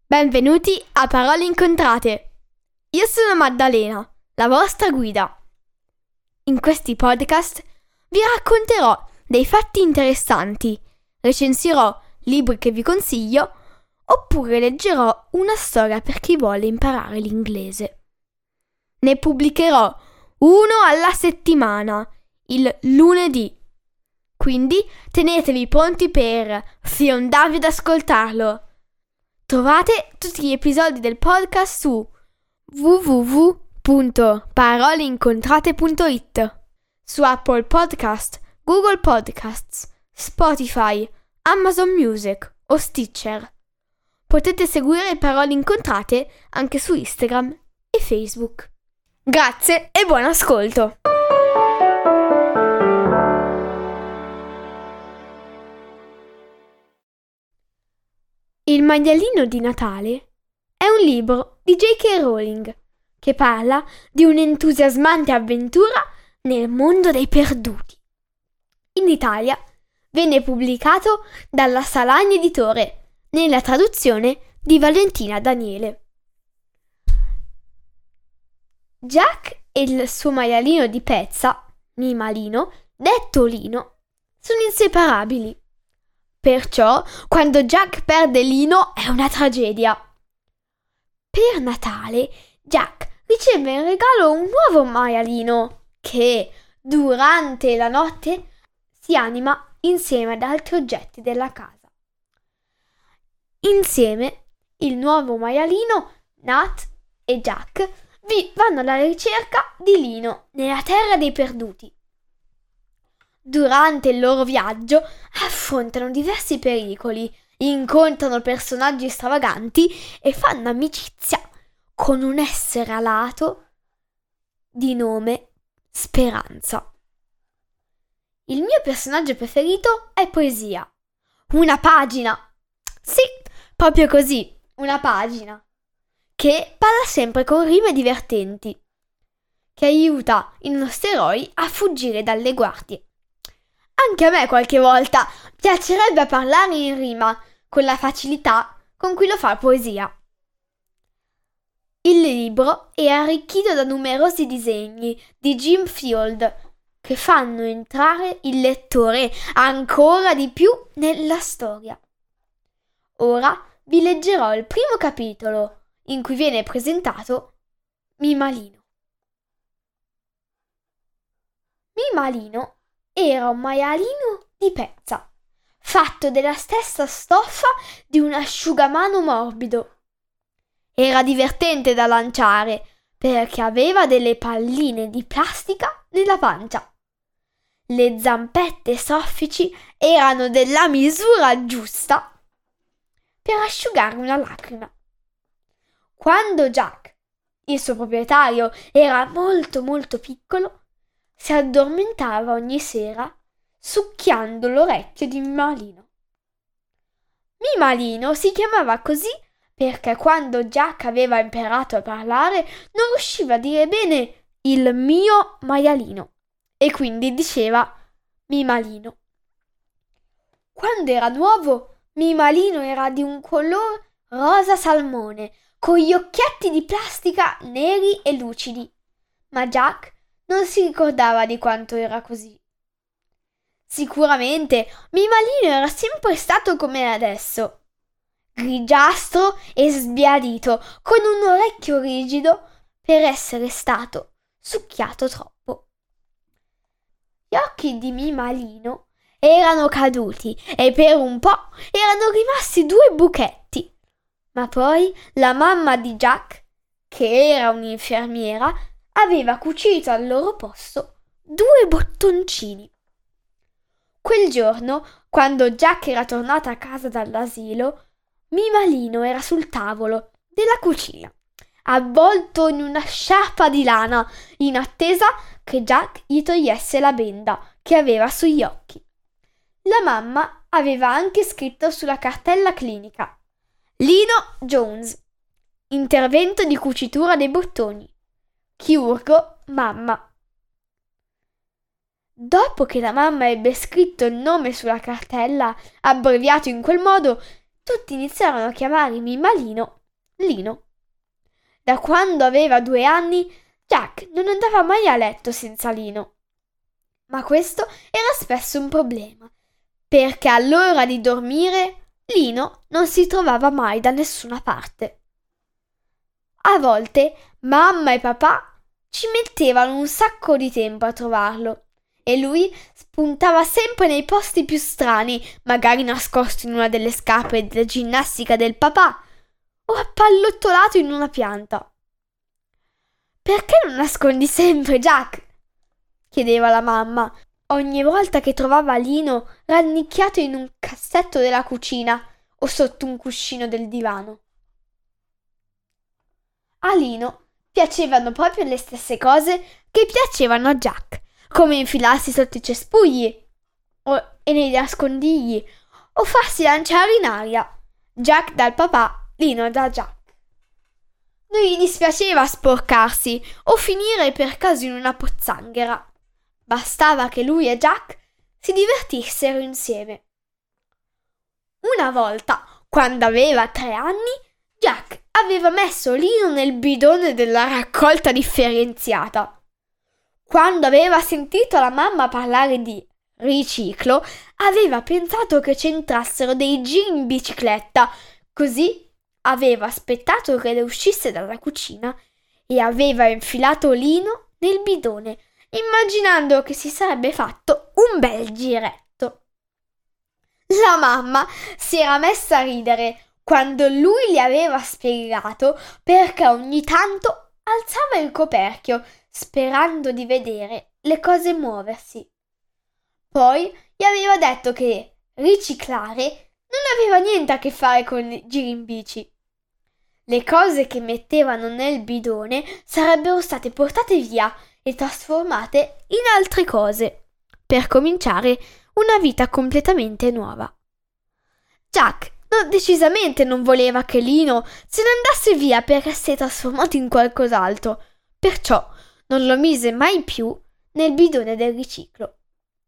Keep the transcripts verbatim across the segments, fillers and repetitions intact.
Benvenuti a Parole Incontrate. Io sono Maddalena, la vostra guida. In questi podcast vi racconterò dei fatti interessanti, recensirò libri che vi consiglio, oppure leggerò una storia per chi vuole imparare l'inglese. Ne pubblicherò uno alla settimana, il lunedì. Quindi tenetevi pronti per fiondarvi ad ascoltarlo. Trovate tutti gli episodi del podcast su w w w punto parole incontrate punto i t, su Apple Podcast, Google Podcasts, Spotify, Amazon Music o Stitcher. Potete seguire Parole Incontrate anche su Instagram e Facebook. Grazie e buon ascolto! Il maialino di Natale è un libro di J K Rowling che parla di un'entusiasmante avventura nel mondo dei perduti. In Italia venne pubblicato dalla Salagna Editore nella traduzione di Valentina Daniele. Jack e il suo maialino di pezza, Mimalino, detto Lino, sono inseparabili. Perciò, quando Jack perde Lino è una tragedia. Per Natale, Jack riceve in regalo un nuovo maialino che, durante la notte, si anima insieme ad altri oggetti della casa. Insieme, il nuovo maialino, Nat e Jack, vi vanno alla ricerca di Lino nella terra dei perduti. Durante il loro viaggio affrontano diversi pericoli, incontrano personaggi stravaganti e fanno amicizia con un essere alato di nome Speranza. Il mio personaggio preferito è Poesia. Una pagina. Sì, proprio così, una pagina. Che parla sempre con rime divertenti, che aiuta i nostri eroi a fuggire dalle guardie. Anche a me qualche volta piacerebbe parlare in rima con la facilità con cui lo fa Poesia. Il libro è arricchito da numerosi disegni di Jim Field che fanno entrare il lettore ancora di più nella storia. Ora vi leggerò il primo capitolo in cui viene presentato Mimalino. Mimalino era un maialino di pezza, fatto della stessa stoffa di un asciugamano morbido. Era divertente da lanciare perché aveva delle palline di plastica nella pancia. Le zampette soffici erano della misura giusta per asciugare una lacrima. Quando Jack, il suo proprietario, era molto molto piccolo, si addormentava ogni sera succhiando l'orecchio di Mimalino. Mimalino si chiamava così perché quando Jack aveva imparato a parlare non riusciva a dire bene il mio maialino e quindi diceva Mimalino. Quando era nuovo, Mimalino era di un colore rosa salmone con gli occhietti di plastica neri e lucidi, ma Jack non si ricordava di quanto era così. Sicuramente Mimalino era sempre stato come adesso, grigiastro e sbiadito, con un orecchio rigido per essere stato succhiato troppo. Gli occhi di Mimalino erano caduti e per un po' erano rimasti due buchetti, ma poi la mamma di Jack, che era un'infermiera, aveva cucito al loro posto due bottoncini. Quel giorno, quando Jack era tornato a casa dall'asilo, Mimalino era sul tavolo della cucina, avvolto in una sciarpa di lana, in attesa che Jack gli togliesse la benda che aveva sugli occhi. La mamma aveva anche scritto sulla cartella clinica: Lino Jones, intervento di cucitura dei bottoni. Chirurgo mamma. Dopo che la mamma ebbe scritto il nome sulla cartella, abbreviato in quel modo, tutti iniziarono a chiamare Mimmalino Lino. Da quando aveva due anni, Jack non andava mai a letto senza Lino. Ma questo era spesso un problema, perché all'ora di dormire Lino non si trovava mai da nessuna parte. A volte mamma e papà ci mettevano un sacco di tempo a trovarlo e lui spuntava sempre nei posti più strani, magari nascosto in una delle scarpe della ginnastica del papà o appallottolato in una pianta. «Perché non nascondi sempre, Jack?» chiedeva la mamma ogni volta che trovava Lino rannicchiato in un cassetto della cucina o sotto un cuscino del divano. A Lino piacevano proprio le stesse cose che piacevano a Jack, come infilarsi sotto i cespugli o, e nei nascondigli o farsi lanciare in aria. Jack dal papà, Lino da Jack. Non gli dispiaceva sporcarsi o finire per caso in una pozzanghera. Bastava che lui e Jack si divertissero insieme. Una volta, quando aveva tre anni, Jack aveva messo Lino nel bidone della raccolta differenziata. Quando aveva sentito la mamma parlare di riciclo, aveva pensato che c'entrassero dei giri in bicicletta, così aveva aspettato che le uscisse dalla cucina e aveva infilato Lino nel bidone, immaginando che si sarebbe fatto un bel giretto. La mamma si era messa a ridere quando lui gli aveva spiegato perché ogni tanto alzava il coperchio sperando di vedere le cose muoversi. Poi gli aveva detto che riciclare non aveva niente a che fare con i giri in bici. Le cose che mettevano nel bidone sarebbero state portate via e trasformate in altre cose, per cominciare una vita completamente nuova. Jack no, decisamente non voleva che Lino se ne andasse via per essere trasformato in qualcos'altro, perciò non lo mise mai più nel bidone del riciclo.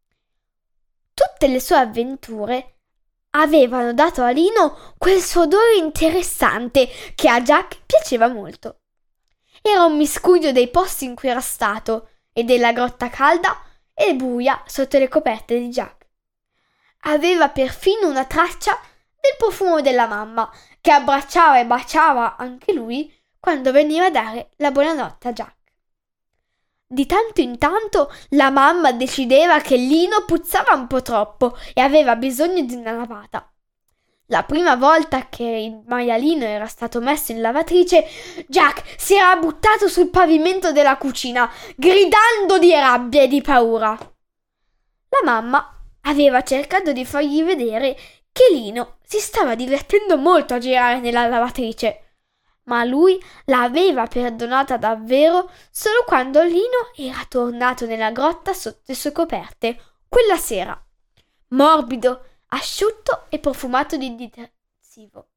Tutte le sue avventure avevano dato a Lino quel suo odore interessante che a Jack piaceva molto. Era un miscuglio dei posti in cui era stato e della grotta calda e buia sotto le coperte di Jack. Aveva perfino una traccia del profumo della mamma, che abbracciava e baciava anche lui quando veniva a dare la buonanotte a Jack. Di tanto in tanto la mamma decideva che Lino puzzava un po' troppo e aveva bisogno di una lavata. La prima volta che il maialino era stato messo in lavatrice, Jack si era buttato sul pavimento della cucina, gridando di rabbia e di paura. La mamma aveva cercato di fargli vedere che Lino si stava divertendo molto a girare nella lavatrice, ma lui l'aveva perdonata davvero solo quando Lino era tornato nella grotta sotto le sue coperte quella sera, morbido, asciutto e profumato di detersivo.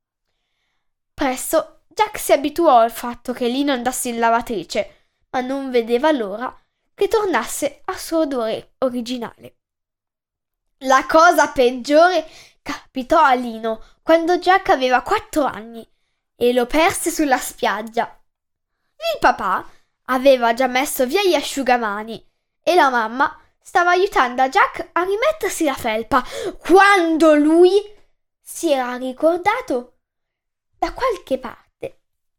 Presto Jack si abituò al fatto che Lino andasse in lavatrice, ma non vedeva l'ora che tornasse al suo odore originale. La cosa peggiore capitò a Lino quando Jack aveva quattro anni e lo perse sulla spiaggia. Il papà aveva già messo via gli asciugamani e la mamma stava aiutando a Jack a rimettersi la felpa quando lui si era ricordato da qualche parte.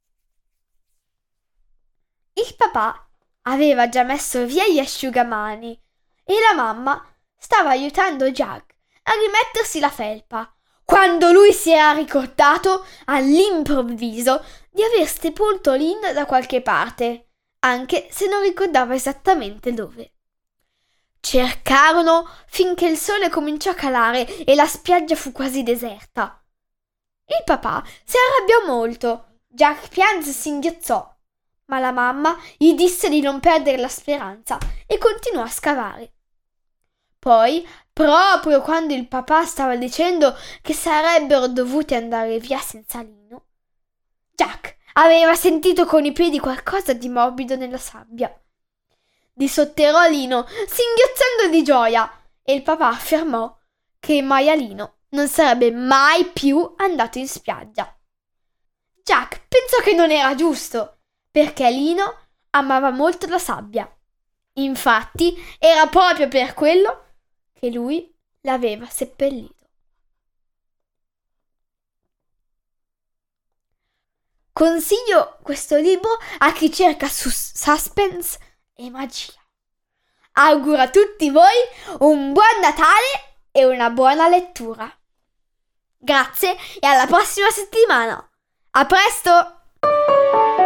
Il papà aveva già messo via gli asciugamani e la mamma stava aiutando Jack a rimettersi la felpa quando lui si era ricordato all'improvviso di aver sepolto Lino da qualche parte, anche se non ricordava esattamente dove. Cercarono finché il sole cominciò a calare e la spiaggia fu quasi deserta. Il papà si arrabbiò molto, Jack pianse e singhiozzò, ma la mamma gli disse di non perdere la speranza e continuò a scavare. Poi, proprio quando il papà stava dicendo che sarebbero dovuti andare via senza Lino, Jack aveva sentito con i piedi qualcosa di morbido nella sabbia. Disotterrò Lino, singhiozzando di gioia, e il papà affermò che il maialino non sarebbe mai più andato in spiaggia. Jack pensò che non era giusto, perché Lino amava molto la sabbia. Infatti, era proprio per quello che lui l'aveva seppellito. Consiglio questo libro a chi cerca suspense e magia. Auguro a tutti voi un buon Natale e una buona lettura. Grazie e alla prossima settimana. A presto!